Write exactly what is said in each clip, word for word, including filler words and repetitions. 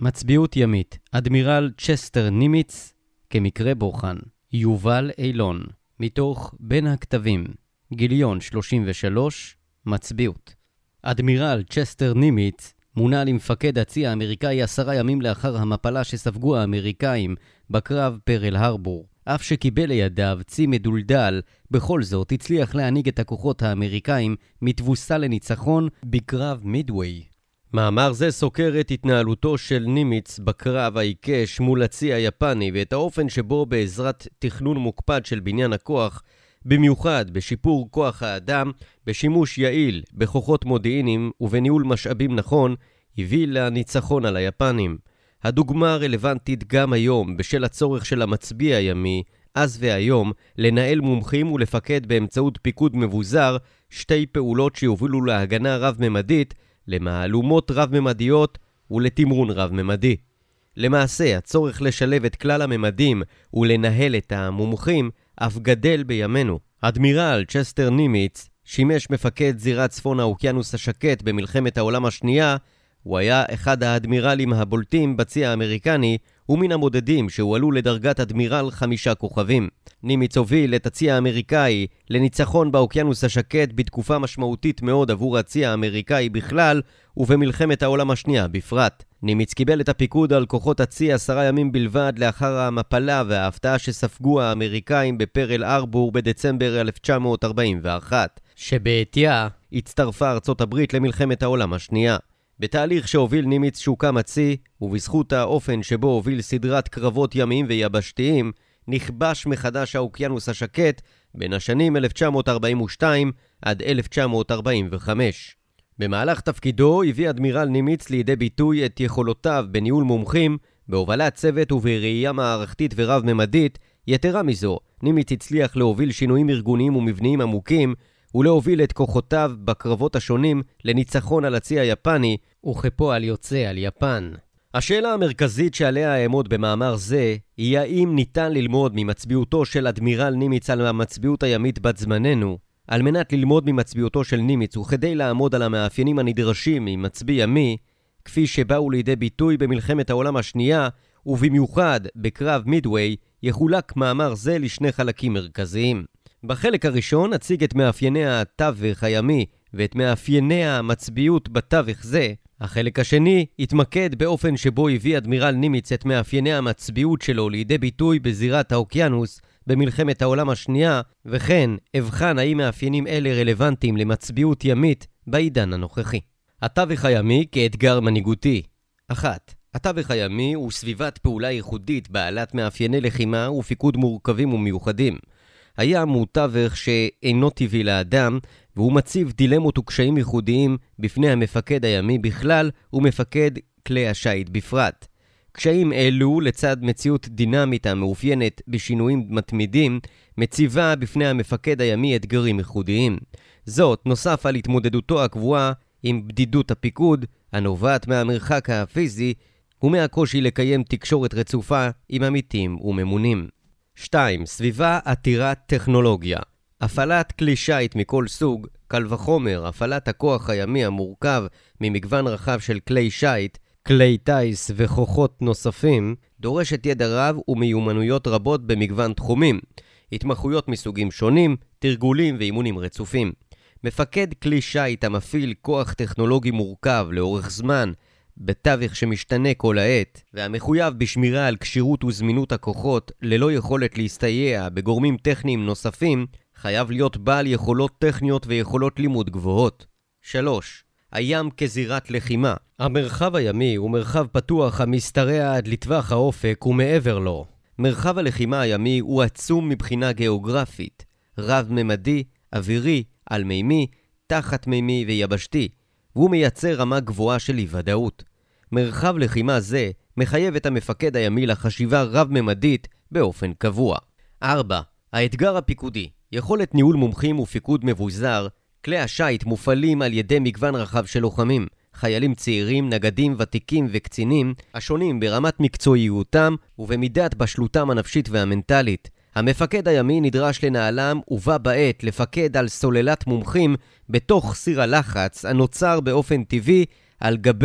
מצביעות ימית, אדמירל צ'סטר נימיץ, כמקרה בוחן. יובל אילון, מתוך בין הכתבים, גיליון שלושים ושלוש, מצביעות. אדמירל צ'סטר נימיץ מונה למפקד הצי האמריקאי עשרה ימים לאחר המפלה שספגו האמריקאים בקרב פרל הרבור. אף שקיבל לידיו צי מדולדל, בכל זאת הצליח להנהיג את הכוחות האמריקאים מתבוסה לניצחון בקרב מידווי. מאמר זה סוקר את התנהלותו של נימיץ בקרב העיקש מול הצי היפני ואת האופן שבו בעזרת תכנון מוקפד של בניין הכוח, במיוחד בשיפור כוח האדם, בשימוש יעיל בכוחות מודיעיניים ובניהול משאבים נכון, הביא לניצחון על היפנים. הדוגמה רלוונטית גם היום בשל הצורך של המצביע הימי, אז והיום, לנהל מומחים ולפקד באמצעות פיקוד מבוזר שתי פעולות שיובילו להגנה רב-ממדית, למהלומות רב-ממדיות ולתמרון רב-ממדי. למעשה, הצורך לשלב את כלל הממדים ולנהל את המומחים אף גדל בימינו. אדמירל צ'סטר נימיץ שימש מפקד זירת צפון האוקיינוס השקט במלחמת העולם השנייה. הוא היה אחד האדמירלים הבולטים בצי האמריקני ומן המודדים שהועלו לדרגת אדמירל חמישה כוכבים. נימיץ הוביל את הצי האמריקאי לניצחון באוקיינוס השקט בתקופה משמעותית מאוד עבור הצי האמריקאי בכלל ובמלחמת העולם השנייה בפרט. נימיץ קיבל את הפיקוד על כוחות הצי עשרה ימים בלבד לאחר המפלה וההפתעה שספגו האמריקאים בפרל הרבור בדצמבר אלף תשע מאות ארבעים ואחת, שבעתיה הצטרפה ארצות הברית למלחמת העולם השנייה. בתהליך שהוביל נימיץ שוקם הצי, ובזכות האופן שבו הוביל סדרת קרבות ימיים ויבשתיים, נכבש מחדש האוקיינוס השקט בין השנים אלף תשע מאות ארבעים ושתיים עד אלף תשע מאות ארבעים וחמש. במהלך תפקידו הביא אדמירל נימיץ לידי ביטוי את יכולותיו בניהול מומחים, בהובלת צוות ובראייה מערכתית ורב-ממדית. יתרה מזו, נימיץ הצליח להוביל שינויים ארגוניים ומבניים עמוקים, ולהוביל את כוחותיו בקרבות השונים לניצחון על הצי היפני, וכפועל יוצא על יפן. השאלה המרכזית שעליה אעמוד במאמר זה, היא האם ניתן ללמוד ממצביעותו של אדמירל נימיץ על המצביעות הימית בת זמננו. על מנת ללמוד ממצביעותו של נימיץ וכדי לעמוד על המאפיינים הנדרשים ממצביע ימי, כפי שבאו לידי ביטוי במלחמת העולם השנייה, ובמיוחד בקרב מידווי, יחולק מאמר זה לשני חלקים מרכזיים. בחלק הראשון נציג את מאפייני התווך הימי ואת מאפייני המצביעות בתווך זה. החלק השני יתמקד באופן שבו הביא אדמירל נימיץ את מאפייני המצביעות שלו לידי ביטוי בזירת האוקיינוס במלחמת העולם השנייה, וכן אבחן האם מאפיינים אלה רלוונטיים למצביעות ימית בעידן הנוכחי. התווך הימי כאתגר מנהיגותי. אחת. התווך הימי הוא סביבת פעולה ייחודית בעלת מאפייני לחימה ופיקוד מורכבים ומיוחדים. הים הוא תווך שאינו טבעי לאדם, והוא מציב דילמות וקשיים ייחודיים בפני המפקד הימי בכלל ומפקד כלי השיט בפרט. קשיים אלו, לצד מציאות דינמית המאופיינת בשינויים מתמידים, מציבה בפני המפקד הימי אתגרים ייחודיים. זאת נוסף על התמודדותו הקבועה עם בדידות הפיקוד, הנובעת מהמרחק הפיזי, ומהקושי לקיים תקשורת רצופה עם עמיתים וממונים. שתיים. סביבה עתירת טכנולוגיה. הפעלת כלי שיט מכל סוג, קל וחומר, הפעלת הכוח הימי המורכב ממגוון רחב של כלי שיט, כלי טייס וכוחות נוספים, דורשת ידע רב ומיומנויות רבות במגוון תחומים, התמחויות מסוגים שונים, תרגולים ואימונים רצופים. מפקד כלי שיט המפעיל כוח טכנולוגי מורכב לאורך זמן, בתווך שמשתנה כל העת, והמחויב בשמירה על כשירות וזמינות הכוחות ללא יכולת להסתייע בגורמים טכניים נוספים, חייב להיות בעל יכולות טכניות ויכולות לימוד גבוהות. שלוש. הים כזירת לחימה. המרחב הימי הוא מרחב פתוח המשתרע עד לטווח האופק ומעבר לו. מרחב הלחימה הימי הוא עצום מבחינה גיאוגרפית, רב-ממדי, אווירי, על-מימי, תחת-מימי ויבשתי, והוא מייצר רמה גבוהה של אי-ודאות. מרחב לחימה זה מחייב את המפקד הימי לחשיבה רב-ממדית באופן קבוע. ארבע. האתגר הפיקודי. יכולת ניהול מומחים ופיקוד מבוזר. כלי השיט מופעלים על ידי מגוון רחב של לוחמים, חיילים צעירים, נגדים, ותיקים וקצינים, השונים ברמת מקצועיותם ובמידת בשלותם הנפשית והמנטלית. המפקד הימי נדרש לנהלם ובה בעת לפקד על סוללת מומחים בתוך סיר הלחץ הנוצר באופן טבעי על גבי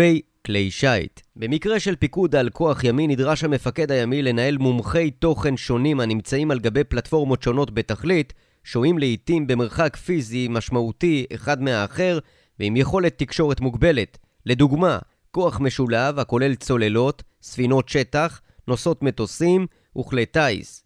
כלי שיט. במקרה של פיקוד על כוח ימי נדרש המפקד הימי לנהל מומחי תוכן שונים הנמצאים על גבי פלטפורמות שונות בתכלית, שוהים לעתים במרחק פיזי משמעותי אחד מהאחר ועם יכולת תקשורת מוגבלת. לדוגמה, כוח משולב הכולל צוללות, ספינות שטח, נוסעות מטוסים וכלי טיס.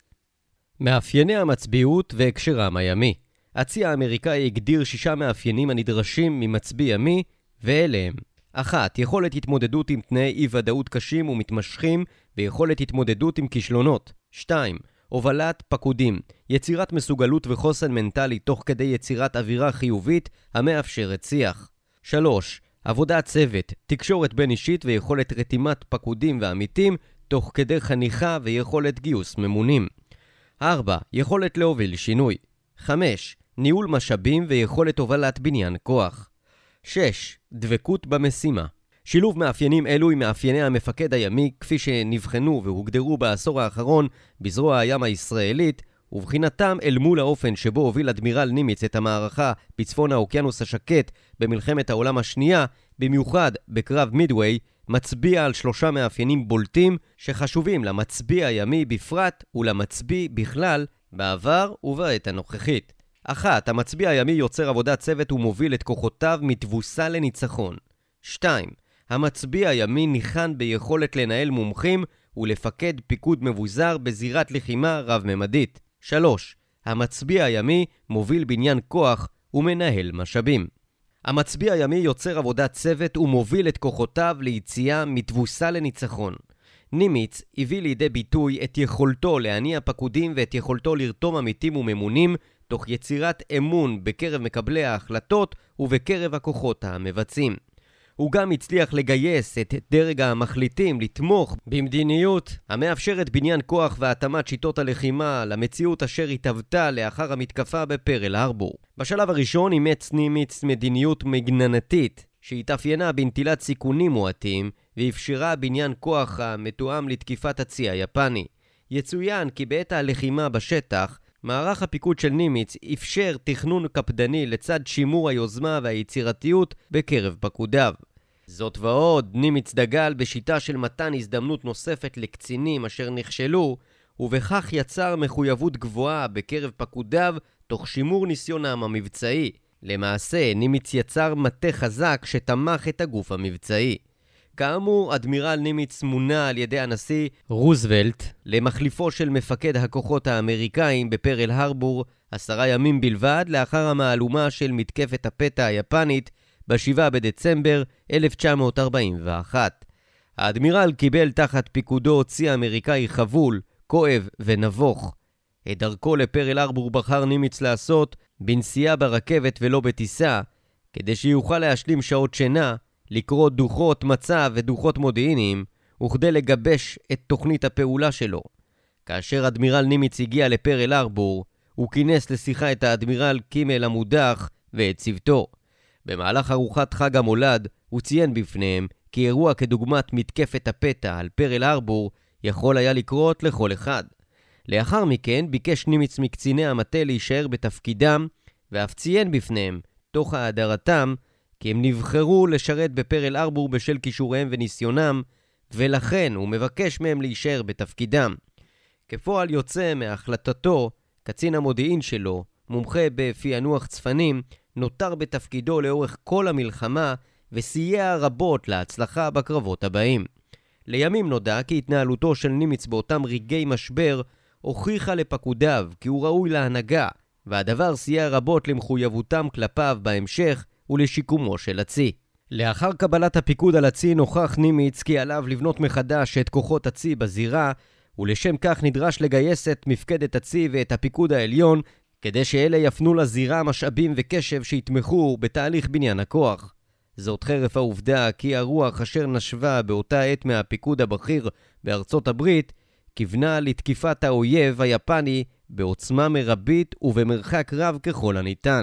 מאפייני המצביעות והקשרם הימי. הצי האמריקאי הגדיר שישה מאפיינים הנדרשים ממצביא ימי, ואלה הם: אחת, יכולת התמודדות עם תנאי אי-ודאות קשים ומתמשכים ויכולת התמודדות עם כישלונות. שתיים, הובלת פקודים, יצירת מסוגלות וחוסן מנטלי תוך כדי יצירת אווירה חיובית המאפשרת שיח. שלוש, עבודת צוות, תקשורת בין אישית ויכולת רתימת פקודים ועמיתים תוך כדי חניכה ויכולת גיוס ממונים. ארבע, יכולת להוביל שינוי. חמש, ניהול משאבים ויכולת הובלת בניין כוח. שש, דבקות במשימה. שילוב מאפיינים אלו עם מאפייני המפקד הימי כפי שנבחנו והוגדרו בעשור האחרון בזרוע הים הישראלית, ובחינתם אל מול האופן שבו הוביל אדמירל נימיץ את המערכה בצפון האוקיינוס השקט במלחמת העולם השנייה, במיוחד בקרב מידווי, מצביע על שלושה מאפיינים בולטים שחשובים למצביא הימי בפרט ולמצביא בכלל בעבר ובעת הנוכחית. אחת, המצביא הימי יוצר עבודת צוות ומוביל את כוחותיו מתבוסה לניצחון. שתיים, המצביא הימי ניחן ביכולת לנהל מומחים ולפקד פיקוד מבוזר בזירת לחימה רב-ממדית. שלוש, המצביא הימי מוביל בניין כוח ומנהל משאבים. המצביא הימי יוצר עבודת צוות ומוביל את כוחותיו ליציאה מתבוסה לניצחון. נימיץ הביא לידי ביטוי את יכולתו להניע פקודים ואת יכולתו לרתום עמיתים וממונים תוך יצירת אמון בקרב מקבלי ההחלטות ובקרב הכוחות המבצעים. הוא גם הצליח לגייס את דרג המחליטים לתמוך במדיניות המאפשרת בניין כוח והתאמת שיטות הלחימה למציאות אשר התהוותה לאחר המתקפה בפרל הרבור. בשלב הראשון אימץ נימיץ מדיניות מגננתית שהתאפיינה בנטילת סיכונים מועטים ואפשרה בניין כוח המתואם לתקיפת הצי היפני. יצוין כי בעת הלחימה בשטח מערך הפיקוד של נימיץ אפשר תכנון קפדני לצד שימור היוזמה והיצירתיות בקרב פקודיו. זאת ועוד, נימיץ דגל בשיטה של מתן הזדמנות נוספת לקצינים אשר נכשלו, ובכך יצר מחויבות גבוהה בקרב פקודיו תוך שימור ניסיונם המבצעי. למעשה, נימיץ יצר מטה חזק שתמך את הגוף המבצעי. כאמור, אדמירל נימיץ מונה על ידי הנשיא רוזוולט למחליפו של מפקד הכוחות האמריקאים בפרל הרבור עשרה ימים בלבד לאחר המהלומה של מתקפת הפתע היפנית ב-שבעה בדצמבר אלף תשע מאות ארבעים ואחת. האדמירל קיבל תחת פיקודו צי אמריקאי חבול, כואב ונבוך. את דרכו לפרל הרבור בחר נימיץ לעשות בנסיעה ברכבת ולא בטיסה, כדי שיוכל להשלים שעות שינה, לקרוא דוחות מצב ודוחות מודיעיניים, וכדי לגבש את תוכנית הפעולה שלו. כאשר אדמירל נימיץ הגיע לפרל הרבור, הוא כינס לשיחה את האדמירל קימל המודח ואת צוותו. במהלך ארוחת חג המולד, הוא ציין בפניהם כי אירוע כדוגמת מתקפת הפתע על פרל הרבור יכול היה לקרות לכל אחד. לאחר מכן ביקש נימיץ מקציני המטה להישאר בתפקידם, ואף ציין בפניהם, תוך האדרתם, כי הם נבחרו לשרת בפרל הרבור בשל כישוריהם וניסיונם, ולכן הוא מבקש מהם להישאר בתפקידם. כפועל יוצא מהחלטתו, קצין המודיעין שלו, מומחה בפענוח צפנים, נותר בתפקידו לאורך כל המלחמה, וסייע רבות להצלחה בקרבות הבאים. לימים נודע כי התנהלותו של נימיץ באותם רגעי משבר, הוכיחה לפקודיו כי הוא ראוי להנהגה, והדבר סייע רבות למחויבותם כלפיו בהמשך ולשיקומו של הצי. לאחר קבלת הפיקוד על הצי נוכח נימיץ כי עליו לבנות מחדש את כוחות הצי בזירה, ולשם כך נדרש לגייס את מפקדת הצי ואת הפיקוד העליון, כדי שאלה יפנו לזירה משאבים וקשב שיתמכו בתהליך בניין הכוח. זאת חרף העובדה כי הרוח אשר נשבה באותה עת מהפיקוד הבכיר בארצות הברית, כיוונה לתקיפת האויב היפני בעוצמה מרבית ובמרחק רב ככל הניתן.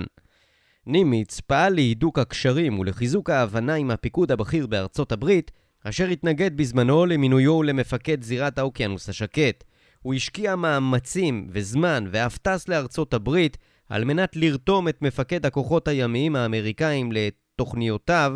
נימיץ פעל להידוק הקשרים ולחיזוק ההבנה עם הפיקוד הבכיר בארצות הברית, אשר התנגד בזמנו למינויו למפקד זירת האוקיינוס השקט. הוא השקיע מאמצים וזמן ואף טס לארצות הברית על מנת לרתום את מפקד הכוחות הימיים האמריקאים לתוכניותיו,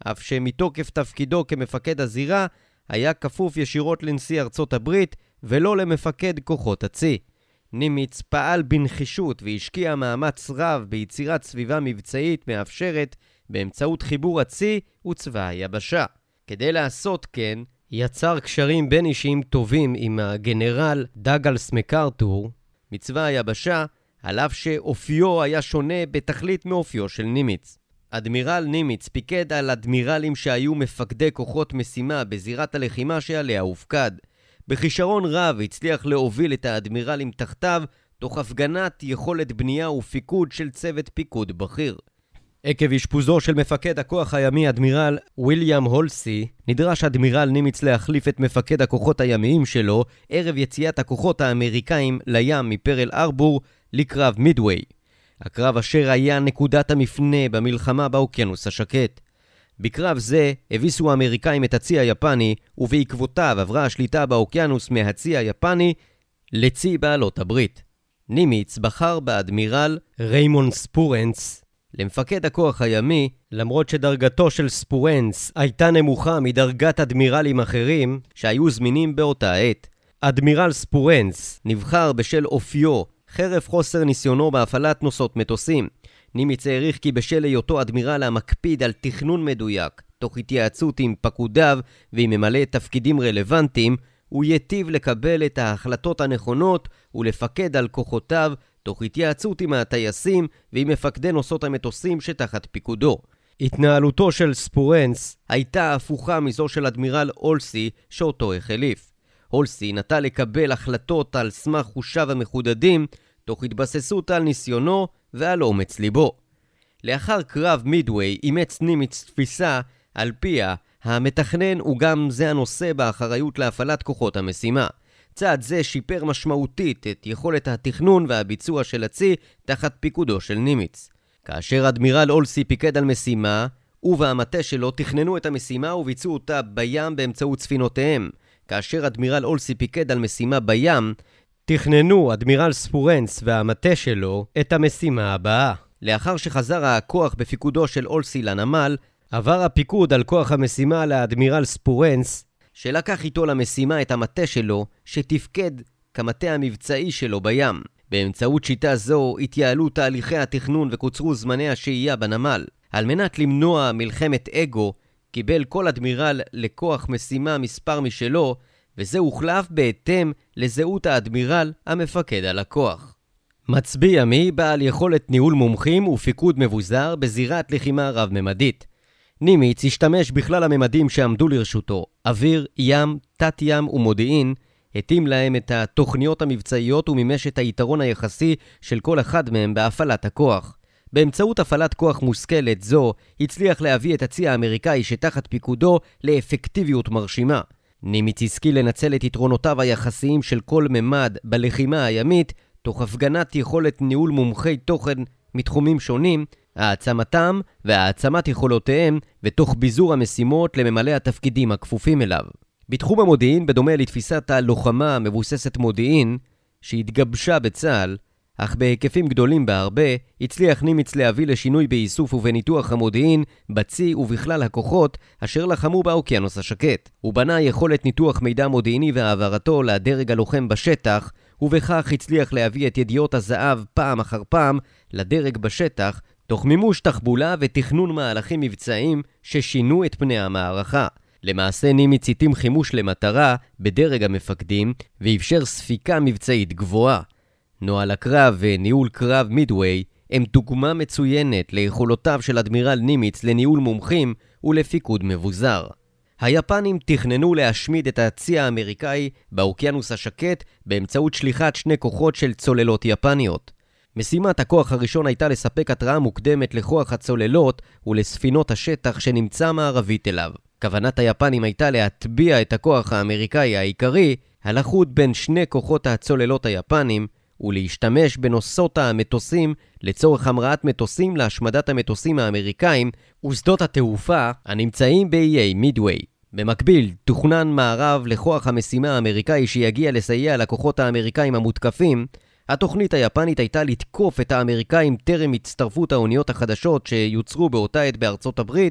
אף שמתוקף תפקידו כמפקד הזירה, היה כפוף ישירות לנשיא ארצות הברית ולא למפקד כוחות הצי. נימיץ פעל בנחישות והשקיע מאמץ רב ביצירת סביבה מבצעית מאפשרת באמצעות חיבור הצי וצבא היבשה. כדי לעשות כן, יצר קשרים בין אישיים טובים עם הגנרל דאגלס מקארתור מצבא היבשה, על אף שאופיו היה שונה בתכלית מאופיו של נימיץ. אדמירל נימיץ פיקד על אדמירלים שהיו מפקדי כוחות משימה בזירת הלחימה שעליה הופקד. בכישרון רב הצליח להוביל את האדמירלים תחתיו, תוך הפגנת יכולת בנייה ופיקוד של צוות פיקוד בכיר. עקב אשפוזו של מפקד הכוח הימי אדמירל וויליאם הולסי, נדרש אדמירל נימיץ להחליף את מפקד הכוחות הימיים שלו ערב יציאת הכוחות האמריקאים לים מפרל ארבור לקרב מידווי. הקרב אשר היה נקודת המפנה במלחמה באוקיינוס השקט. בקרב זה הביסו האמריקאים את הצי היפני, ובעקבותיו עברה השליטה באוקיינוס מהצי היפני לצי בעלות הברית. נימיץ בחר באדמירל ריימון ספורנס למפקד הכוח הימי, למרות שדרגתו של ספורנס הייתה נמוכה מדרגת אדמירלים אחרים שהיו זמינים באותה עת. אדמירל ספורנס נבחר בשל אופיו, חרף חוסר ניסיונו בהפעלת נוסעות מטוסים. נימיץ העריך כי בשל היותו אדמירל המקפיד על תכנון מדויק, תוך התייעצות עם פקודיו ועם ממלא תפקידים רלוונטיים, הוא יטיב לקבל את ההחלטות הנכונות ולפקד על כוחותיו, תוך התייעצות עם הטייסים ועם מפקדי נוסעות המטוסים שתחת פיקודו. התנהלותו של ספורנס הייתה הפוכה מזו של אדמירל הולסי שאותו החליף. הולסי נטה לקבל החלטות על סמך חושיו המחודדים, תוך התבססות על ניסיונו ועל אומץ ליבו. לאחר קרב מידווי אימץ נימיץ תפיסה על פיה המתכנן הוא גם זה הנושא באחריות להפעלת כוחות המשימה. צעד זה שיפר משמעותית את יכולת התכנון והביצוע של הצי תחת פיקודו של נימיץ. כאשר אדמירל הולסי פיקד על משימה, הוא והמטה שלו תכננו את המשימה וביצעו אותה בים באמצעות ספינותיהם. כאשר אדמירל הולסי פיקד על משימה בים, תכננו אדמירל ספורנס והמטה שלו את המשימה הבאה. לאחר שחזר הכוח בפיקודו של הולסי לנמל, עבר הפיקוד על כוח המשימה לאדמירל ספורנס, שלקח איתו למשימה את המטה שלו, שתפקד כמטה המבצעי שלו בים. באמצעות שיטה זו התייעלו תהליכי התכנון וקוצרו זמני השהייה בנמל. על מנת למנוע מלחמת אגו, קיבל כל אדמירל לכוח משימה מספר משלו, וזה הוחלף בהתאם לזהות האדמירל המפקד על הכוח. מצביא ימי בעל יכולת ניהול מומחים ופיקוד מבוזר בזירת לחימה רב-ממדית. נימיץ השתמש בכלל הממדים שעמדו לרשותו, אוויר, ים, תת ים ומודיעין, התאים להם את התוכניות המבצעיות ומימש את היתרון היחסי של כל אחד מהם בהפעלת הכוח. באמצעות הפעלת כוח מושכלת זו, הצליח להביא את הצי האמריקאי שתחת פיקודו לאפקטיביות מרשימה. נימיץ השכיל לנצל את יתרונותיו היחסיים של כל ממד בלחימה הימית, תוך הפגנת יכולת ניהול מומחי תוכן מתחומים שונים, העצמתם והעצמת יכולותיהם, ותוך ביזור המשימות לממלא התפקידים הכפופים אליו. בתחום המודיעין, בדומה לתפיסת הלוחמה המבוססת מודיעין, שהתגבשה בצה"ל, אך בהיקפים גדולים בהרבה, הצליח נימיץ להביא לשינוי באיסוף ובניתוח המודיעין, בצי ובכלל הכוחות אשר לחמו באוקיינוס השקט. הוא בנה יכולת ניתוח מידע מודיעיני והעברתו לדרג הלוחם בשטח, ובכך הצליח להביא את ידיעות הזהב פעם אחר פעם לדרג בשטח, תוך מימוש תחבולה ותכנון מהלכים מבצעיים ששינו את פני המערכה. למעשה נימיץ התאים חימוש למטרה בדרג המפקדים ואפשר ספיקה מבצעית גבוהה. נוהל הקרב וניהול קרב מידווי הם דוגמה מצוינת ליכולותיו של אדמירל נימיץ לניהול מומחים ולפיקוד מבוזר. היפנים תכננו להשמיד את הצי האמריקאי באוקיינוס השקט באמצעות שליחת שני כוחות של צוללות יפניות. משימת הכוח הראשון הייתה לספק התראה מוקדמת לכוח הצוללות ולספינות השטח שנמצא מערבית אליו. כוונת היפנים הייתה להטביע את הכוח האמריקאי העיקרי, הלחוד בין שני כוחות הצוללות היפנים, ולהשתמש בנוסעות המטוסים לצורך המראת מטוסים להשמדת המטוסים האמריקאים ושדות התעופה הנמצאים באיי מידווי. במקביל, תוכנן מערב לכוח המשימה האמריקאי שיגיע לסייע לכוחות האמריקאים המותקפים. התוכנית היפנית הייתה לתקוף את האמריקאים טרם הצטרפות האוניות החדשות שיוצרו באותה עת בארצות הברית,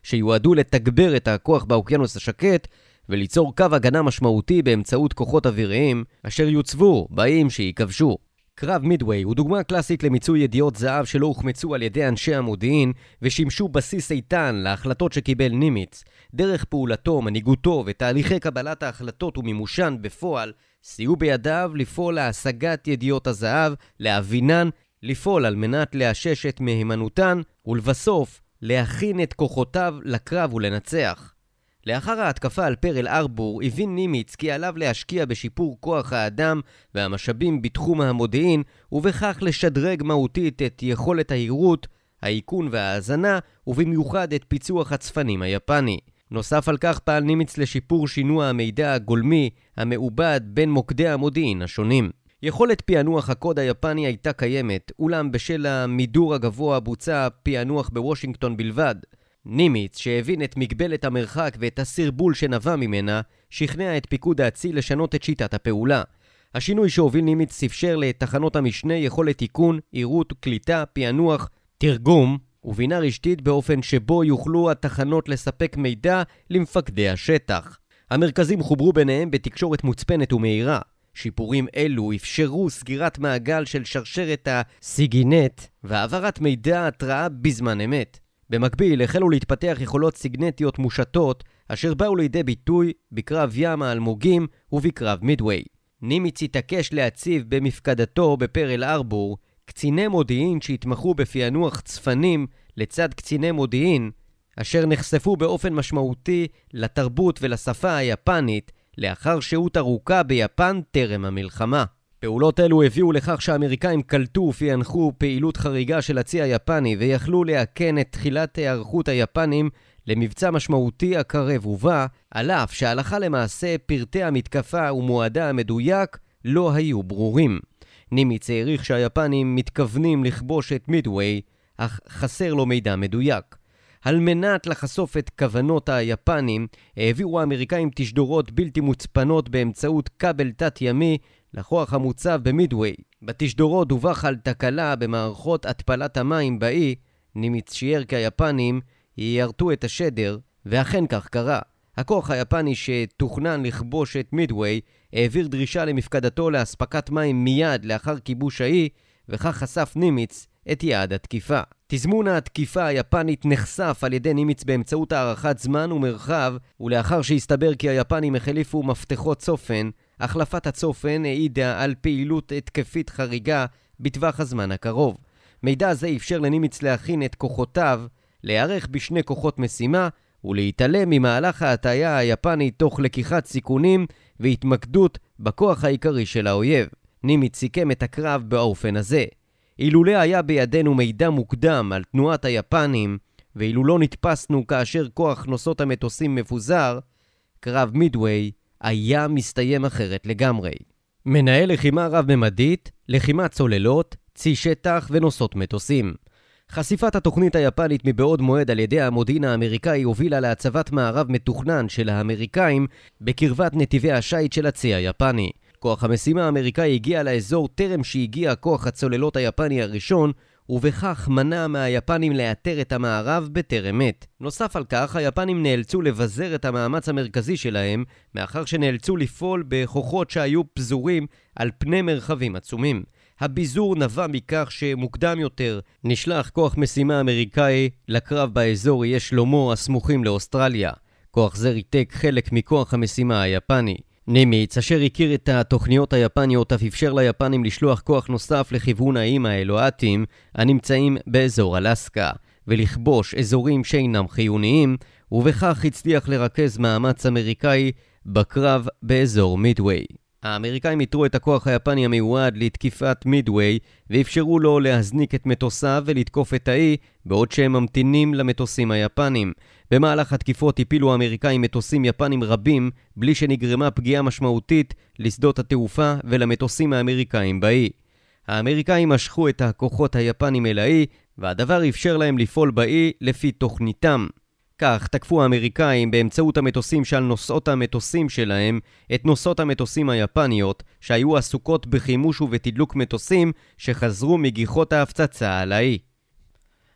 שיועדו לתגבר את הכוח באוקיינוס השקט וליצור קו הגנה משמעותי באמצעות כוחות אוויריים אשר יוצבו באיים שיכבשו. קרב מידווי הוא דוגמה קלאסית למיצוי ידיעות זהב שלא הוחמצו על ידי אנשי המודיעין ושימשו בסיס איתן להחלטות שקיבל נימיץ. דרך פעולתו, מנהיגותו ותהליכי קבלת ההחלטות ומימושן בפועל סייעו בידיו לפעול להשגת ידיעות הזהב, להבינן, לפעול על מנת לאשש את מהימנותן ולבסוף להכין את כוחותיו לקרב ולנצח. לאחר ההתקפה על פרל ארבור הבין נימיץ כי עליו להשקיע בשיפור כוח האדם והמשאבים בתחום המודיעין ובכך לשדרג מהותית את יכולת ההירות, האיכון וההאזנה ובמיוחד את פיצוח הצפנים היפני. נוסף על כך פעל נימיץ לשיפור שינוע המידע הגולמי המעובד בין מוקדי המודיעין השונים. יכולת פענוח הקוד היפני הייתה קיימת, אולם בשל המידור הגבוה בוצע פענוח בוושינגטון בלבד. נימיץ, שהבין את מגבלת המרחק ואת הסרבול שנבע ממנה, שכנע את פיקוד האצ"י לשנות את שיטת הפעולה. השינוי שהוביל נימיץ אפשר לתחנות המשנה יכולת איכון, עירות, קליטה, פענוח, תרגום ובינה רשתית באופן שבו יוכלו התחנות לספק מידע למפקדי השטח. המרכזים חוברו ביניהם בתקשורת מוצפנת ומהירה. שיפורים אלו אפשרו סגירת מעגל של שרשרת הסיגינט והעברת מידע התראה בזמן אמת. במקביל החלו להתפתח יכולות סיגנטיות מושטות אשר באו לידי ביטוי בקרב ים האלמוגים ובקרב מידווי. נימיץ התעקש להציב במפקדתו בפרל ארבור קציני מודיעין שהתמחו בפענוח צפנים לצד קציני מודיעין אשר נחשפו באופן משמעותי לתרבות ולשפה היפנית לאחר שהות ארוכה ביפן טרם המלחמה. פעולות אלו הביאו לכך שהאמריקאים קלטו ופענחו פעילות חריגה של הצי היפני ויכלו להקן את תחילת היערכות היפנים למבצע משמעותי הקרב ובא, על אף שהלכה למעשה פרטי המתקפה ומועדה המדויק לא היו ברורים. נימיץ העריך שהיפנים מתכוונים לכבוש את מידווי, אך חסר לו מידע מדויק. על מנת לחשוף את כוונות היפנים, העבירו האמריקאים תשדורות בלתי מוצפנות באמצעות כבל תת-ימי לכוח המוצב במידווי. בתשדורות דווח על תקלה במערכות התפלת המים באי. נימיץ שיער כי היפנים יירטו את השדר, ואכן כך קרה. הכוח היפני שתוכנן לכבוש את מידווי העביר דרישה למפקדתו להספקת מים מיד לאחר כיבוש האי, וכך חשף נימיץ את יעד התקיפה. תזמון התקיפה היפנית נחשף על ידי נימיץ באמצעות הערכת זמן ומרחב, ולאחר שהסתבר כי היפנים החליפו מפתחות צופן, החלפת הצופן העידה על פעילות התקפית חריגה בטווח הזמן הקרוב. מידע זה אפשר לנימיץ להכין את כוחותיו, להיערך בשני כוחות משימה, ולהתעלם ממהלך ההטיה היפני תוך לקיחת סיכונים והתמקדות בכוח העיקרי של האויב. נימיץ סיכם את הקרב באופן הזה: אילולא היה בידינו מידע מוקדם על תנועת היפנים, ואילו לא נתפסנו כאשר כוח נוסעות המטוסים מפוזר, קרב מידווי היה מסתיים אחרת לגמרי. מנהל לחימה רב-ממדית, לחימת צוללות, צי שטח ונוסעות מטוסים. חשיפת התוכנית היפנית מבעוד מועד על ידי המודיעין האמריקאי הובילה להצבת מערב מתוכנן של האמריקאים בקרבת נתיבי השייט של הצי היפני. כוח המשימה האמריקאי הגיע לאזור טרם שהגיע כוח הצוללות היפני הראשון, ובכך מנע מהיפנים לאתר את המערב בטרם עת. נוסף על כך, היפנים נאלצו לבזר את המאמץ המרכזי שלהם, מאחר שנאלצו לפעול בכוחות שהיו פזורים על פני מרחבים עצומים. הביזור נבע מכך שמוקדם יותר נשלח כוח משימה אמריקאי לקרב באזור איי שלמה הסמוכים לאוסטרליה. כוח זה ריתק חלק מכוח המשימה היפני. נימיץ, אשר הכיר את התוכניות היפניות, אף אפשר ליפנים לשלוח כוח נוסף לכיוון האיים האלוהתיים הנמצאים באזור אלסקה, ולכבוש אזורים שאינם חיוניים, ובכך הצליח לרכז מאמץ אמריקאי בקרב באזור מידווי. האמריקאים יתרו את הכוח היפני המיועד לתקיפת מידווי, ואפשרו לו להזניק את מטוסיו ולתקוף את האי, בעוד שהם ממתינים למטוסים היפנים. במהלך התקיפות הפילו האמריקאים מטוסים יפנים רבים, בלי שנגרמה פגיעה משמעותית לשדות התעופה ולמטוסים האמריקאים באי. האמריקאים משכו את הכוחות היפנים אל האי, והדבר אפשר להם לפעול באי לפי תוכניתם. כך תקפו האמריקאים באמצעות המטוסים שעל נוסעות המטוסים שלהם את נוסעות המטוסים היפניות שהיו עסוקות בחימוש ובתדלוק מטוסים שחזרו מגיחות ההפצצה על האי.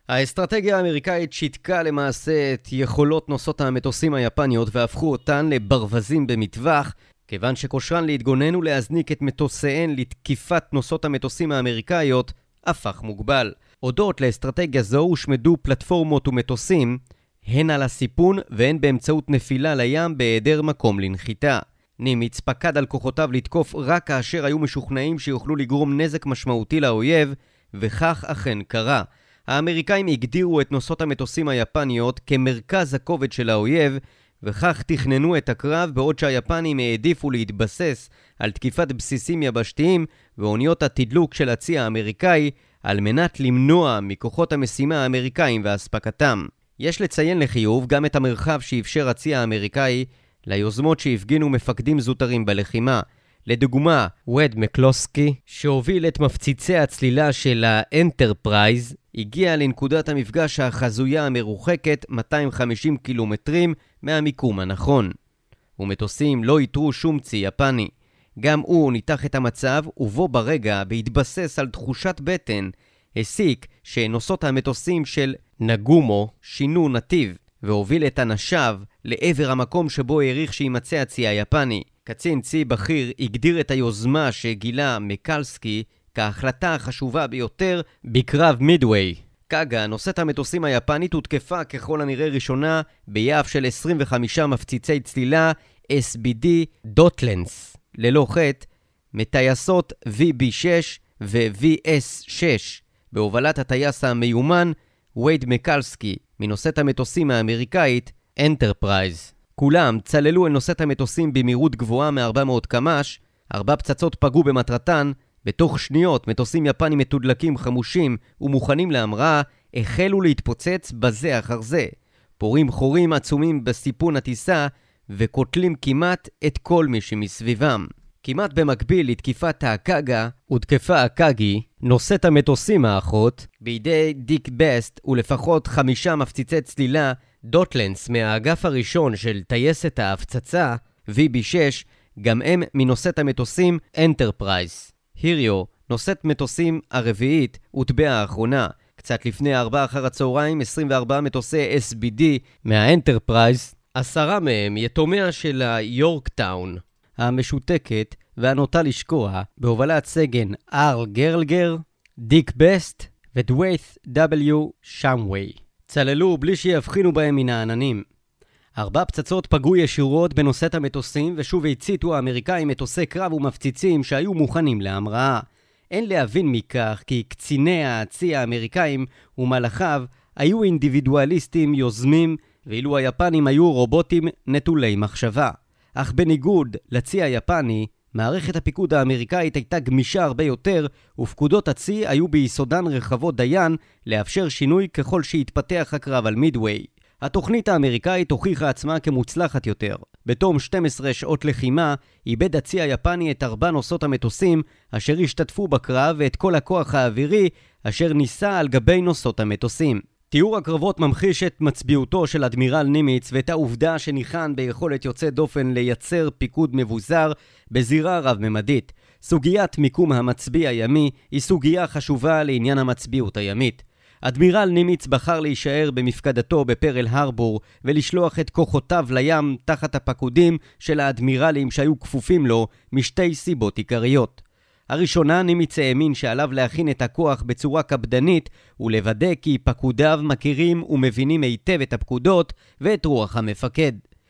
האסטרטגיה האמריקאית שיתקה למעשה את יכולות נוסעות המטוסים היפניות והפכו אותן לברווזים במטווח, כיוון שכושרן להתגונן ולהזניק את מטוסיהן לתקיפת נוסעות המטוסים האמריקאיות הפך מוגבל. הודות לאסטרטגיה זו הושמדו פלטפורמות ומטוסים, הן על הסיפון והן באמצעות נפילה לים בהיעדר מקום לנחיתה. נימיץ פקד על כוחותיו לתקוף רק כאשר היו משוכנעים שיוכלו לגרום נזק משמעותי לאויב, וכך אכן קרה. האמריקאים הגדירו את נוסעות המטוסים היפניות כמרכז הכובד של האויב, וכך תכננו את הקרב בעוד שהיפנים העדיפו להתבסס על תקיפת בסיסים יבשתיים ואוניות התדלוק של הצי האמריקאי על מנת למנוע מכוחות המשימה האמריקאים והספקתם. יש לציין לחיוב גם את המרחב שאפשר הצי האמריקאי ליוזמות שהפגינו מפקדים זוטרים בלחימה. לדוגמה, ווד מקלוסקי, שהוביל את מפציצי הצלילה של האנטרפרייז, הגיע לנקודת המפגש החזויה המרוחקת מאתיים וחמישים קילומטרים מהמיקום הנכון. ומטוסים לא יתרו שום צי יפני. גם הוא ניתח את המצב, ובו ברגע, בהתבסס על תחושת בטן, הסיק שנוסעות המטוסים של נגומו שינו נתיב, והוביל את אנשיו לעבר המקום שבו העריך שימצא הצי היפני. קצין צי בכיר הגדיר את היוזמה שגילה מקלסקי כהחלטה החשובה ביותר בקרב מידווי. קאגה, נושאת המטוסים היפנית, הותקפה ככל הנראה ראשונה ביעף של עשרים וחמישה מפציצי צלילה אס בי די דוטלנס, ללא חטא, מטייסות וי בי שש ו-וי אס שש, בהובלת הטייס המיומן וייד מקלסקי, מנושאת המטוסים האמריקאית אנטרפרייז. כולם צללו אל נושאת המטוסים במהירות גבוהה מ-ארבע מאות קמ"ש, ארבע פצצות פגעו במטרתן, בתוך שניות מטוסים יפנים מתודלקים חמושים ומוכנים להמראה החלו להתפוצץ בזה אחר זה. פורים חורים עצומים בסיפון הטיסה וקוטלים כמעט את כל מי שמסביבם. כמעט במקביל לתקיפת הקאגה הותקפה הקאגי, נושאת המטוסים האחות, בידי דיק בסט ולפחות חמישה מפציצי צלילה דוטלנס מהאגף הראשון של טייסת ההפצצה, וי בי שש, גם הם מנושאת המטוסים אנטרפרייז. היריו, נושאת מטוסים הרביעית, הוטבעה האחרונה. קצת לפני ארבע אחר הצהריים, עשרים וארבעה מטוסי אס בי די מהאנטרפרייז, עשרה מהם יתומיה של היורקטאון המשותקת והנוטה לשקוע, בהובלת סגן ארל גרלגר, דיק בסט ודוויית' דאבליו שמווי. צללו בלי שיבחינו בהם מן העננים. ארבע פצצות פגעו ישירות בנושאת המטוסים, ושוב הציתו האמריקאים מטוסי קרב ומפציצים שהיו מוכנים להמראה. אין להבין מכך כי קציני הצי האמריקאים ומלאכיו היו אינדיבידואליסטים יוזמים, ואילו היפנים היו רובוטים נטולי מחשבה. אך בניגוד לצי היפני, מערכת הפיקוד האמריקאית הייתה גמישה הרבה יותר, ופקודות הצי היו ביסודן רחבות דיין לאפשר שינוי ככל שהתפתח הקרב על מידווי. התוכנית האמריקאית הוכיחה עצמה כמוצלחת יותר. בתום שתים עשרה שעות לחימה, איבד הצי היפני את ארבע נושאות המטוסים אשר השתתפו בקרב ואת כל הכוח האווירי אשר ניסה על גבי נושאות המטוסים. תיאור הקרבות ממחיש את מצביעותו של אדמירל נימיץ ואת העובדה שניחן ביכולת יוצא דופן לייצר פיקוד מבוזר בזירה רב-ממדית. סוגיית מיקום המצביע הימי היא סוגיה חשובה לעניין המצביעות הימית. אדמירל נימיץ בחר להישאר במפקדתו בפרל הרבור ולשלוח את כוחותיו לים תחת הפקודים של האדמירלים שהיו כפופים לו משתי סיבות עיקריות. הראשונה, נימיץ האמין שעליו להכין את הכוח בצורה קפדנית ולוודא כי פקודיו מכירים ומבינים היטב את הפקודות ואת רוח המפקד.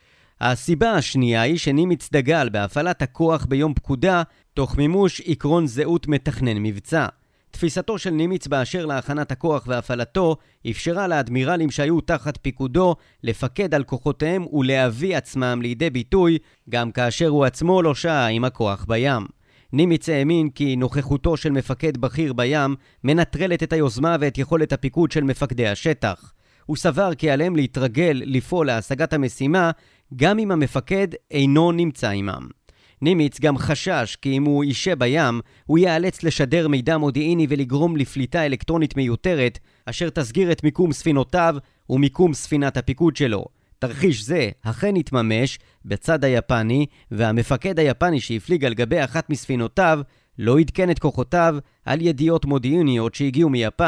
הסיבה השנייה היא שנימיץ דגל בהפעלת הכוח ביום פקודה תוך מימוש עקרון זהות מתכנן מבצע. תפיסתו של נימיץ באשר להכנת הכוח והפעלתו אפשרה לאדמירלים שהיו תחת פיקודו לפקד על כוחותיהם ולהביא עצמם לידי ביטוי גם כאשר הוא עצמו לא שהה עם הכוח בים. נימיץ האמין כי נוכחותו של מפקד בכיר בים מנטרלת את היוזמה ואת יכולת הפיקוד של מפקדי השטח. הוא סבר כי עליהם להתרגל לפעול להשגת המשימה גם אם המפקד אינו נמצא עמם. נימיץ גם חשש כי אם הוא יישב בים, הוא ייאלץ לשדר מידע מודיעיני ולגרום לפליטה אלקטרונית מיותרת, אשר תסגיר את מיקום ספינותיו ומיקום ספינת הפיקוד שלו. תרחיש זה אכן התממש בצד היפני, והמפקד היפני שהפליג על גבי אחת מספינותיו לא עדכן את כוחותיו על ידיעות מודיעיניות שהגיעו מיפן,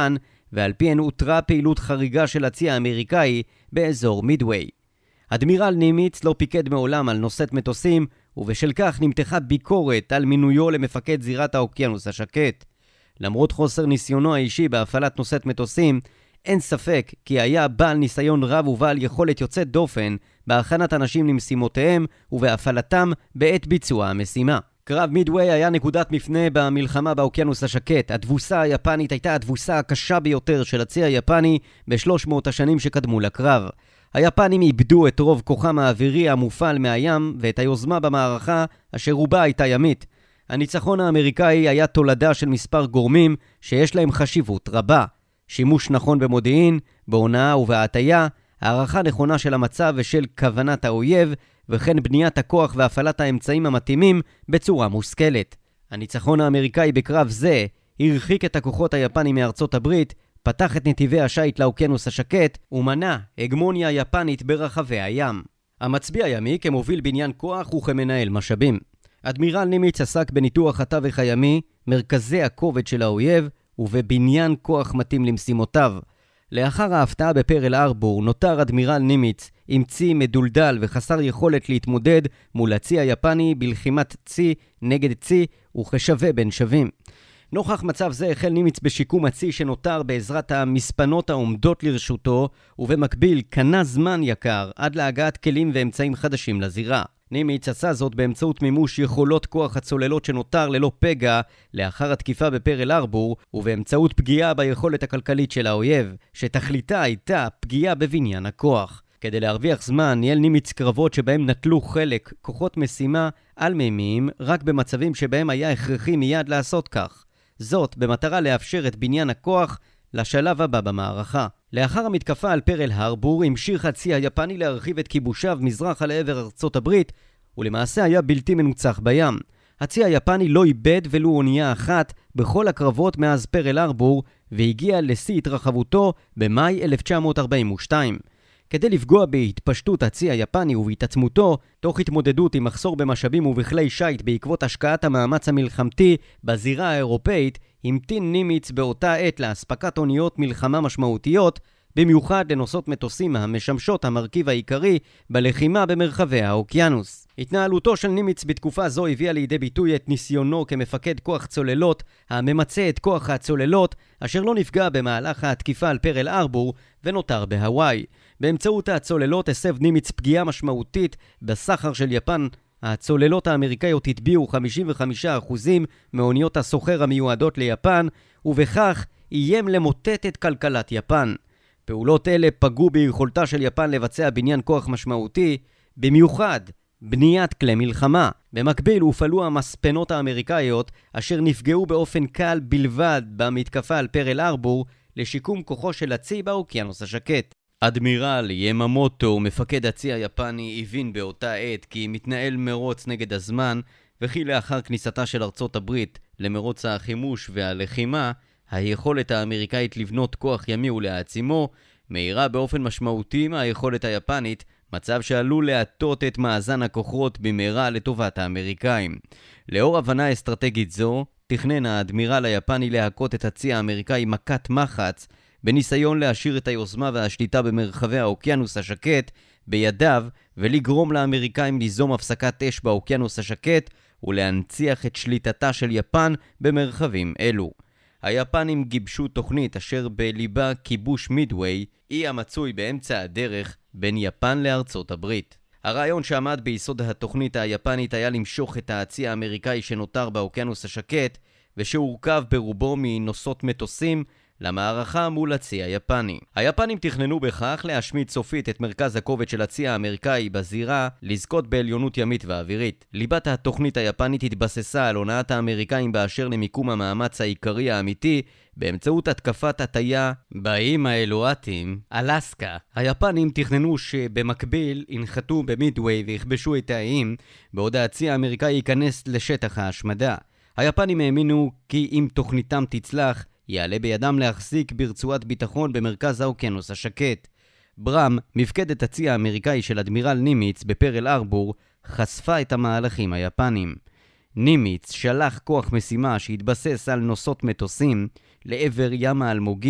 ועל פיהן הותרה פעילות חריגה של הצי האמריקאי באזור מידווי. אדמירל נימיץ לא פיקד מעולם על נושאת מטוסים, ובשל כך נמתחה ביקורת על מינויו למפקד זירת האוקיינוס השקט. למרות חוסר ניסיונו האישי בהפעלת נושאת מטוסים, אין ספק כי היה בעל ניסיון רב ובעל יכולת יוצאת דופן בהכנת אנשים למשימותיהם ובהפעלתם בעת ביצוע המשימה. קרב מידווי היה נקודת מפנה במלחמה באוקיינוס השקט. התבוסה היפנית הייתה התבוסה הקשה ביותר של הצי היפני בשלוש מאות השנים שקדמו לקרב. היפנים איבדו את רוב כוחם האווירי המופעל מהים ואת היוזמה במערכה אשר רובה הייתה ימית. הניצחון האמריקאי היה תולדה של מספר גורמים שיש להם חשיבות רבה. שימוש נכון במודיעין, בהונאה ובהטיה, הערכה נכונה של המצב ושל כוונת האויב, וכן בניית הכוח והפעלת האמצעים המתאימים בצורה מושכלת. הניצחון האמריקאי בקרב זה הרחיק את הכוחות היפנים מארצות הברית, פתח את נתיבי השיט לאוקיינוס השקט ומנע הגמוניה יפנית ברחבי הים. המצביא הימי כמוביל בניין כוח וכמנהל משאבים. אדמירל נימיץ עסק בניתוח התווך הימי, מרכזי הכובד של האויב ובבניין כוח מתאים למשימותיו. לאחר ההפתעה בפרל ארבור נותר אדמירל נימיץ עם צי מדולדל וחסר יכולת להתמודד מול הצי היפני בלחימת צי נגד צי וכשווה בין שווים. נוכח מצב זה החל נימיץ בשיקום הצי שנותר בעזרת המספנות העומדות לרשותו, ובמקביל קנה זמן יקר עד להגעת כלים ואמצעים חדשים לזירה. נימיץ עשה זאת באמצעות מימוש יכולות כוח הצוללות שנותר ללא פגע לאחר התקיפה בפרל ארבור, ובאמצעות פגיעה ביכולת הכלכלית של האויב, שתכליתה הייתה פגיעה בבניין הכוח. כדי להרוויח זמן, ניהל נימיץ קרבות שבהם נטלו חלק כוחות משימה על מימיים רק במצבים שבהם היה הכרחי מיד לעשות כך. זאת במטרה לאפשר את בניין הכוח לשלב הבא במערכה. לאחר המתקפה על פרל הרבור המשיך הצי היפני להרחיב את כיבושיו מזרחה לעבר ארצות הברית, ולמעשה היה בלתי מנוצח בים. הצי היפני לא איבד ולו אונייה אחת בכל הקרבות מאז פרל הרבור, והגיע לשיא התרחבותו במאי אלף תשע מאות ארבעים ושתיים. כדי לפגוע בהתפשטות הצי היפני ובהתעצמותו, תוך התמודדות עם מחסור במשאבים ובכלי שייט בעקבות השקעת המאמץ המלחמתי בזירה האירופאית, המתין נימיץ באותה עת להספקת אוניות מלחמה משמעותיות, במיוחד לנושאות מטוסים המשמשות המרכיב העיקרי בלחימה במרחבי האוקיינוס. התנהלותו של נימיץ בתקופה זו הביאה לידי ביטוי את ניסיונו כמפקד כוח צוללות, הממצא את כוח הצוללות, אשר לא נפגע במהלך התקיפה על פרל ארבור ונותר בהוואי. באמצעות הצוללות הסב נימיץ פגיעה משמעותית בסחר של יפן. הצוללות האמריקאיות התביעו חמישים וחמישה אחוז מאוניות הסוחר המיועדות ליפן, ובכך איים למוטט את כלכלת יפן. פעולות אלה פגעו ביכולתה של יפן לבצע בניין כוח משמעותי, במיוחד בניית כלי מלחמה. במקביל הופעלו המספנות האמריקאיות אשר נפגעו באופן קל בלבד במתקפה על פרל ארבור לשיקום כוחו של הצי באוקיינוס השקט. אדמירל יממוטו, מפקד הצי היפני, הבין באותה עת כי מתנהל מרוץ נגד הזמן, וכי לאחר כניסתה של ארצות הברית למרוץ החימוש והלחימה, היכולת האמריקאית לבנות כוח ימי ולהעצימו מהירה באופן משמעותי מהיכולת היפנית, מצב שעלול להטות את מאזן הכוחות במהרה לטובת האמריקאים. לאור הבנה אסטרטגית זו, תכנן האדמירל היפני להכות את הצי האמריקאי מכת מחץ, בניסיון להשאיר את היוזמה והשליטה במרחבי האוקיינוס השקט בידיו, ולגרום לאמריקאים ליזום הפסקת אש באוקיינוס השקט ולהנציח את שליטתה של יפן במרחבים אלו. היפנים גיבשו תוכנית אשר בליבה כיבוש מידווי, אי המצוי באמצע הדרך בין יפן לארצות הברית. הרעיון שעמד ביסוד התוכנית היפנית היה למשוך את הצי האמריקאי שנותר באוקיינוס השקט, ושהורכב ברובו מנוסעות מטוסים, למערכה מול הצי היפני. היפנים תכננו בכך להשמיד סופית את מרכז הכובד של הצי האמריקאי בזירה, לזכות בעליונות ימית ואווירית. ליבת התוכנית היפנית התבססה על הונאת האמריקאים באשר למיקום המאמץ העיקרי האמיתי, באמצעות התקפת הטיה באיים האלואטיים, אלסקה. היפנים תכננו שבמקביל ינחתו במידווי ויכבשו את האיים, בעוד הצי האמריקאי ייכנס לשטח ההשמדה. היפנים האמינו כי אם תוכניתם תצלח, יעלה בידם להחזיק ברצועת ביטחון במרכז האוקיינוס השקט. ברם, מפקדת הצי האמריקאי של אדמירל נימיץ בפרל ארבור, חשפה את המהלכים היפנים. נימיץ שלח כוח משימה שהתבסס על נוסעות מטוסים לעבר ים האלמוגים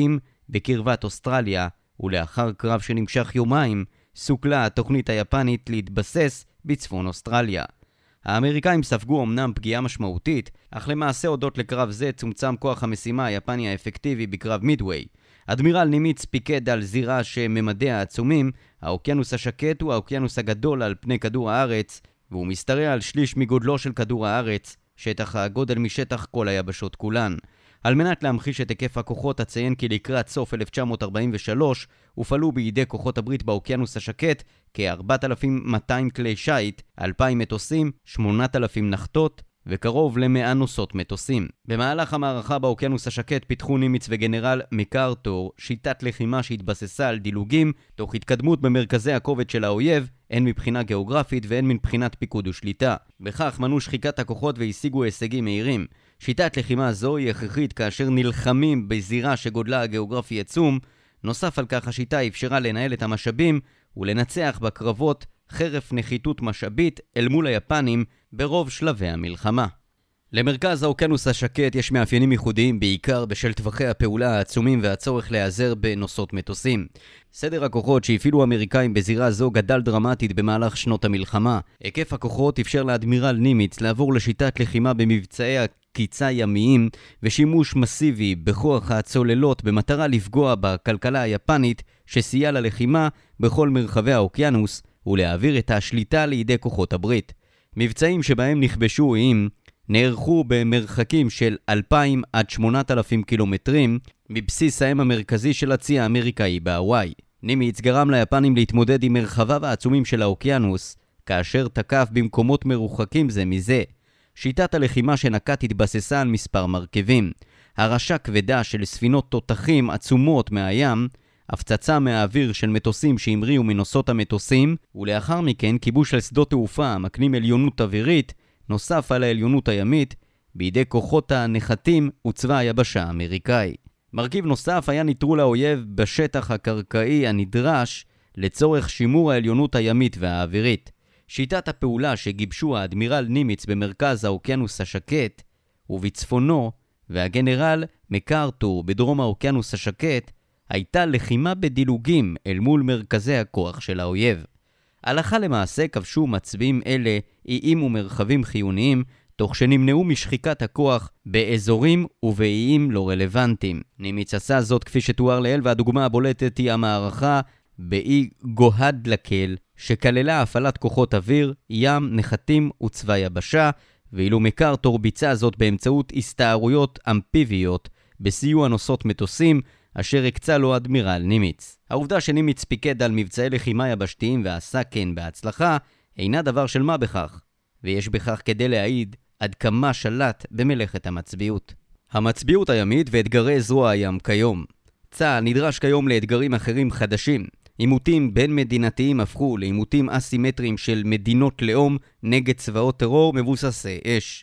בקרבת אוסטרליה, ולאחר קרב שנמשך יומיים, סוכלה התוכנית היפנית להתבסס בצפון אוסטרליה. האמריקאים ספגו אמנם פגיעה משמעותית, אך למעשה הודות לקרב זה צומצם כוח המשימה היפני האפקטיבי בקרב מידווי. אדמירל נימיץ פיקד על זירה שממדיה עצומים, האוקיינוס השקט הוא האוקיינוס הגדול על פני כדור הארץ, והוא משתרע על שליש מגודלו של כדור הארץ, שטח הגודל משטח כל היבשות כולן. על מנת להמחיש את היקף הכוחות אציין כי לקראת סוף אלף תשע מאות ארבעים ושלוש הופעלו בידי כוחות הברית באוקיינוס השקט כ-ארבעת אלפים ומאתיים כלי שייט, אלפיים מטוסים, שמונת אלפים נחתות וקרוב ל-מאה נוסעות מטוסים. במהלך המערכה באוקיינוס השקט פיתחו נימיץ וגנרל מקארתור שיטת לחימה שהתבססה על דילוגים תוך התקדמות במרכזי הכובד של האויב, הן מבחינה גיאוגרפית והן מבחינת פיקוד ושליטה. בכך מנעו שחיקת הכוחות והשיגו הישגים מהירים. שיטת לחימה זו היא הכרחית כאשר נלחמים בזירה שגודלה הגיאוגרפי עצום. נוסף על כך השיטה אפשרה לנהל את המשאבים ולנצח בקרבות חרף נחיתות משאבית אל מול היפנים ברוב שלבי המלחמה. למרכז האוקיינוס השקט יש מאפיינים ייחודיים בעיקר בשל טווחי הפעולה העצומים והצורך להיעזר בנוסעות מטוסים. סדר הכוחות שהפעילו האמריקאים בזירה זו גדל דרמטית במהלך שנות המלחמה. היקף הכוחות אפשר לאדמירל נימיץ לעבור לשיטת לחימה במבצעי קיצה ימיים ושימוש מסיבי בכוח הצוללות במטרה לפגוע בכלכלה היפנית שסייעה ללחימה בכל מרחבי האוקיינוס ולהעביר את השליטה לידי כוחות הברית. מבצעים שבהם נכבשו איים נערכו במרחקים של אלפיים עד שמונת אלפים קילומטרים מבסיס האם המרכזי של הצי האמריקאי בהוואי. נימיץ גרם ליפנים להתמודד עם מרחביו העצומים של האוקיינוס כאשר תקף במקומות מרוחקים זה מזה. שיטת הלחימה שנקט התבססה על מספר מרכיבים: הרשה כבדה של ספינות תותחים עצומות מהים, הפצצה מהאוויר של מטוסים שהמריאו מנוסעות המטוסים, ולאחר מכן כיבוש של שדות תעופה המקנים עליונות אווירית נוסף על העליונות הימית בידי כוחות הנחתים וצבא היבשה האמריקאי. מרכיב נוסף היה ניטרול האויב בשטח הקרקעי הנדרש לצורך שימור העליונות הימית והאווירית. שיטת הפעולה שגיבשו האדמירל נימיץ במרכז האוקיינוס השקט ובצפונו והגנרל מקארתור בדרום האוקיינוס השקט הייתה לחימה בדילוגים אל מול מרכזי הכוח של האויב. הלכה למעשה כבשו מצביעים אלה איים ומרחבים חיוניים תוך שנמנעו משחיקת הכוח באזורים ובאיים לא רלוונטיים. נימיץ עשה זאת כפי שתואר לעיל, והדוגמה הבולטת היא המערכה באי גוהדלקל שכללה הפעלת כוחות אוויר, ים, נחתים וצבא יבשה, ואילו מקארתור ביצע זאת באמצעות הסתערויות אמפיביות בסיוע נוסעות מטוסים אשר הקצה לו אדמירל נימיץ. העובדה שנימיץ פיקד על מבצעי לחימה יבשתיים ועשה כן בהצלחה אינה דבר של מה בכך, ויש בכך כדי להעיד עד כמה שלט במלאכת המצביעות. המצביעות הימית ואתגרי זרוע הים כיום. צה"ל נדרש כיום לאתגרים אחרים חדשים. עימותים בין מדינתיים הפכו לעימותים אסימטריים של מדינות לאום נגד צבאות טרור מבוססי אש.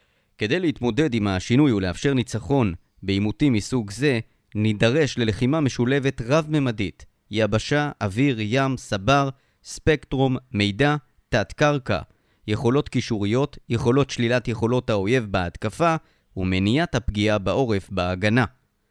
כדי להתמודד עם השינוי ולאפשר ניצחון בעימותים מסוג זה, נידרש ללחימה משולבת רב-ממדית, יבשה, אוויר, ים, סבר, ספקטרום, מידע, תת-קרקע, יכולות קישוריות, יכולות שלילת יכולות האויב בהתקפה ומניעת הפגיעה בעורף בהגנה.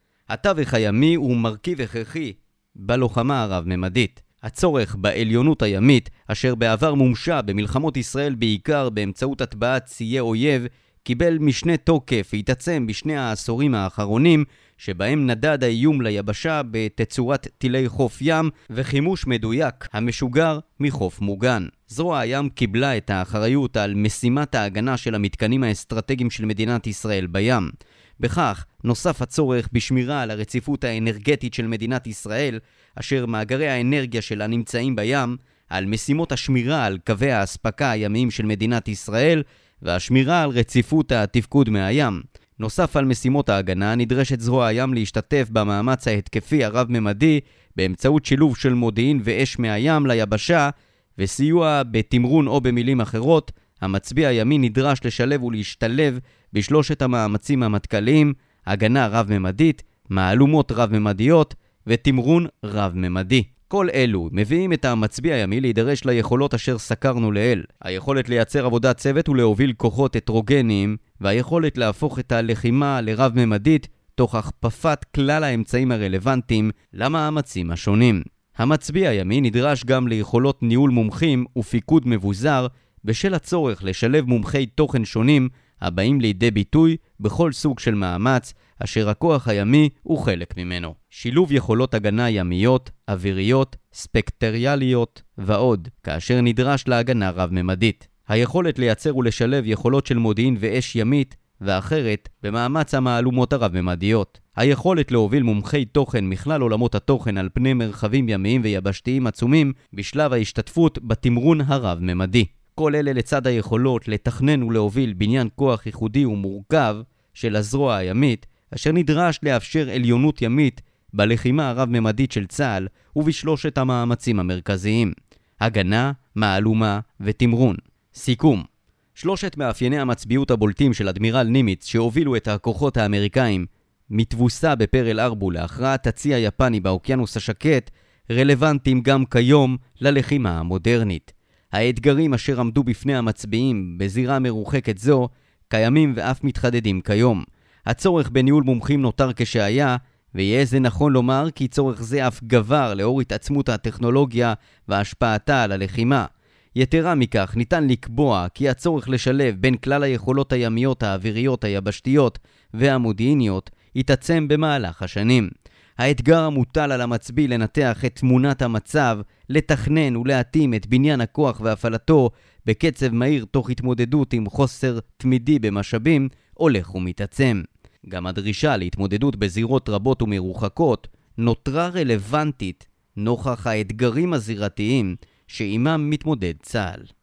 התווך הימי הוא מרכיב הכרחי בלוחמה הרב-ממדית. הצורך בעליונות הימית, אשר בעבר מומשה במלחמות ישראל בעיקר באמצעות הטבעת ציי אויב, קיבל משנה תוקף והתעצם בשני העשורים האחרונים, שבהם נדד האיום ליבשה בתצורת טילי חוף ים וחימוש מדויק המשוגר מחוף מוגן. זרוע הים קיבלה את האחריות על משימת ההגנה של המתקנים האסטרטגיים של מדינת ישראל בים. בכך נוסף הצורך בשמירה על הרציפות האנרגטית של מדינת ישראל, אשר מאגרי האנרגיה שלה נמצאים בים, על משימות השמירה על קווי האספקה הימיים של מדינת ישראל, והשמירה על רציפות התפקוד מהים. נוסף על משימות ההגנה, נדרשת זרוע הים להשתתף במאמץ ההתקפי הרב-ממדי באמצעות שילוב של מודיעין ואש מהים ליבשה וסיוע בתמרון, או במילים אחרות, המצביע הימי נדרש לשלב ולהשתלב בשלושת המאמצים המטכ"ליים: הגנה רב-ממדית, מהלומות רב-ממדיות ותמרון רב-ממדי. כל אלו מביאים את המצביע הימי להידרש ליכולות אשר סקרנו לעיל. היכולת לייצר עבודת צוות ולהוביל כוחות הטרוגניים, והיכולת להפוך את הלחימה לרב-ממדית תוך הכפפת כלל האמצעים הרלוונטיים למאמצים השונים. המצביא הימי נדרש גם ליכולות ניהול מומחים ופיקוד מבוזר בשל הצורך לשלב מומחי תוכן שונים הבאים לידי ביטוי בכל סוג של מאמץ אשר הכוח הימי הוא חלק ממנו. שילוב יכולות הגנה ימיות, אוויריות, ספקטריאליות ועוד, כאשר נדרש להגנה רב-ממדית. היכולת לייצר ולשלב יכולות של מודיעין ואש ימית ואחרת במאמץ המהלומות הרב-ממדיות. היכולת להוביל מומחי תוכן מכלל עולמות התוכן על פני מרחבים ימיים ויבשתיים עצומים בשלב ההשתתפות בתמרון הרב-ממדי. כל אלה לצד היכולות לתכנן ולהוביל בניין כוח ייחודי ומורכב של הזרוע הימית, אשר נדרש לאפשר עליונות ימית בלחימה הרב-ממדית של צה"ל ובשלושת המאמצים המרכזיים: הגנה, מהלומה ותמרון. סיכום: שלושת מאפייני המצביעות הבולטים של אדמירל נימיץ שהובילו את הכוחות האמריקאים מתבוסה בפרל ארבור להכרעת הצי היפני באוקיינוס השקט רלוונטיים גם כיום ללחימה המודרנית. האתגרים אשר עמדו בפני המצביעים בזירה מרוחקת זו קיימים ואף מתחדדים כיום. הצורך בניהול מומחים נותר כשהיה, ויהיה זה נכון לומר כי צורך זה אף גבר לאור התעצמות הטכנולוגיה והשפעתה על הלחימה. יתרה מכך, ניתן לקבוע כי הצורך לשלב בין כלל היכולות הימיות, האוויריות, היבשתיות והמודיעיניות יתעצם במהלך השנים. האתגר המוטל על המצביא לנתח את תמונת המצב, לתכנן ולהתאים את בניין הכוח והפעלתו בקצב מהיר תוך התמודדות עם חוסר תמידי במשאבים, הולך ומתעצם. גם הדרישה להתמודדות בזירות רבות ומרוחקות נותרה רלוונטית נוכח האתגרים הזירתיים שעימם מתמודד צה"ל.